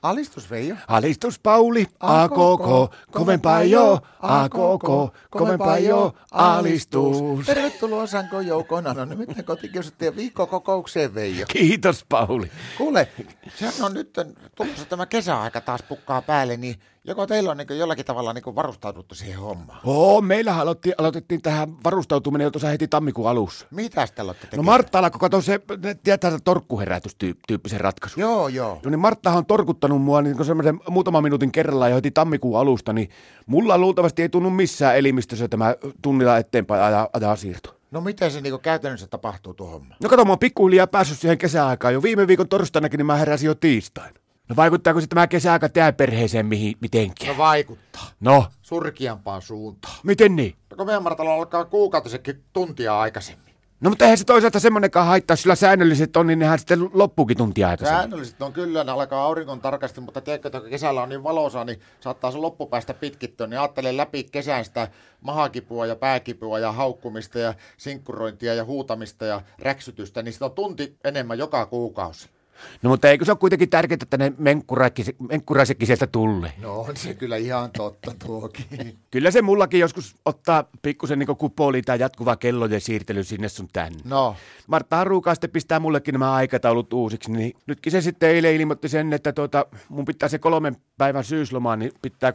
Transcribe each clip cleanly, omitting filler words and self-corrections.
Alistus Veijo. Alistus Pauli, a koko, kovempaa jo, a koko, kovempaa jo, alistus. Tervetuloa Sanko Joukona. No nyt kotikiusattiin viikkokokoukseen Veijo. Kiitos Pauli. Kuule, sehän on nyt tulossa tämä kesäaika taas pukkaa päälle, niin joko teillä on niin jollakin tavalla niin varustauduttu siihen hommaan? Meillähän aloitettiin tähän varustautuminen jo tuossa heti tammikuun alussa. Mitäs te olette tekemään? No Martta alkoi katsoa se, tietää torkkuherätystyyppisen ratkaisun. Joo. No niin Marttahan on torkuttanut mua niin semmoisen muutaman minuutin kerrallaan jo heti tammikuun alusta, niin mulla luultavasti ei tunnu missään elimistössä tämä tunnilla eteenpäin ajaa siirto. No miten se niin käytännössä tapahtuu tuo homma? No kato, mä oon pikkuhiljaa päässyt siihen kesäaikaan. Jo viime viikon torstainakin niin mä heräsin jo tiistain. No vaikuttaako se tämä kesäaika tää perheeseen mitenkään? No vaikuttaa. No? Surkeampaan suuntaan. Miten niin? No kun meidän Martalla alkaa kuukautisekin tuntia aikaisemmin. No mutta eihän se toisaalta semmonenkaan haittaa, sillä säännölliset on, niin nehän sitten loppuukin tuntia aikaisemmin. Säännölliset on kyllä, ne alkaa aurinkon tarkasti, mutta tiedätkö, että kesällä on niin valoisa, niin saattaa se loppupäästä pitkittyä, niin ajattelen läpi kesän sitä mahakipua ja pääkipua ja haukkumista ja sinkkurointia ja huutamista ja räksytystä, niin sitä on tunti enemmän joka kuukausi. No mutta eikö se ole kuitenkin tärkeää, että ne menkkuraisikin sieltä tulee? No on se kyllä ihan totta tuokin. Kyllä se mullakin joskus ottaa pikkusen niin kupoliin tai jatkuva kellojen siirtely sinne sun tänne. No. Martta Harukaa sitten pistää mullekin nämä aikataulut uusiksi, niin nytkin se sitten eilen ilmoitti sen, että mun pitää se 3 päivän syyslomaa, niin pitää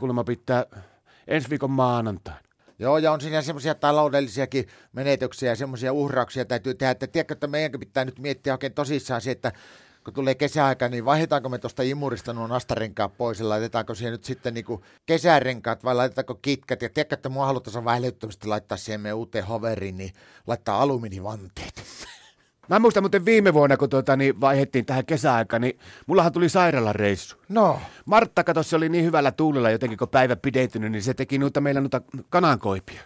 ensi viikon maanantaina. Joo, ja on siinä semmoisia taloudellisiakin menetyksiä ja semmoisia uhrauksia täytyy tehdä, että tiedätkö, että meidänkin pitää nyt miettiä oikein tosissaan se, että kun tulee kesäaika, niin vaihdetaanko me tuosta imurista nuo nastarenkaat pois ja laitetaanko siihen nyt sitten niinku kesärenkaat vai laitetaanko kitkät. Ja tiedätkö, että mua haluttaisiin väilyttävästi laittaa siihen meidän uuteen hoveriin, niin laittaa alumiinivanteet. Mä muistan muuten viime vuonna, kun vaihdettiin tähän kesäaikaan, niin mullahan tuli sairaalareissu. No. Martta, kato, se oli niin hyvällä tuulella jotenkin, kun päivä pidentynyt, niin se teki meillä kanankoipia.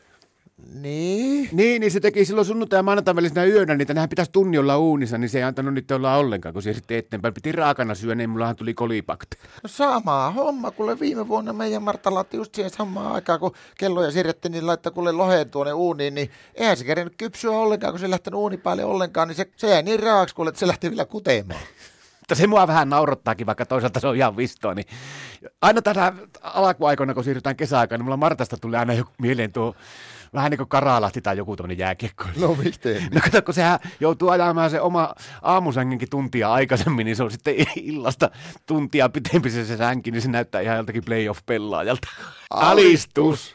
Niin se teki silloin sunnuntai- ja maanantain välisenä yönä, niitä nehän pitäisi tunni olla uunissa, niin se ei antanut niitä olla ollenkaan, kun se sitten eteenpäin piti raakana syödä, niin mullahan tuli kolibakteeri. No sama homma, kuule viime vuonna meidän Martta laittoi just siihen samaan aikaan, kun kelloja siirrettiin, niin laittoi kuule loheen tuonne uuniin, niin eihän se kerennyt kypsyä ollenkaan, kun se ei lähtenyt uuni päälle ollenkaan, niin se jäi niin raaksi, kuule, että se lähti vielä kutemaan. Mutta se mua vähän naurattaakin, vaikka toisaalta se on ihan vistoa, niin aina tänä alkuaikoina, kun siirrytään kesäaikaan, niin mulla Martasta tulee aina mieleen tuo vähän niin kuin Karalahti tai joku tuommoinen jääkiekko. No miten? No kato, kun sehän joutuu ajamaan se oma aamusängenkin tuntia aikaisemmin, niin se on sitten illasta tuntia pitempi se sänki, niin se näyttää ihan joltakin playoff-pelaajalta. Alistus!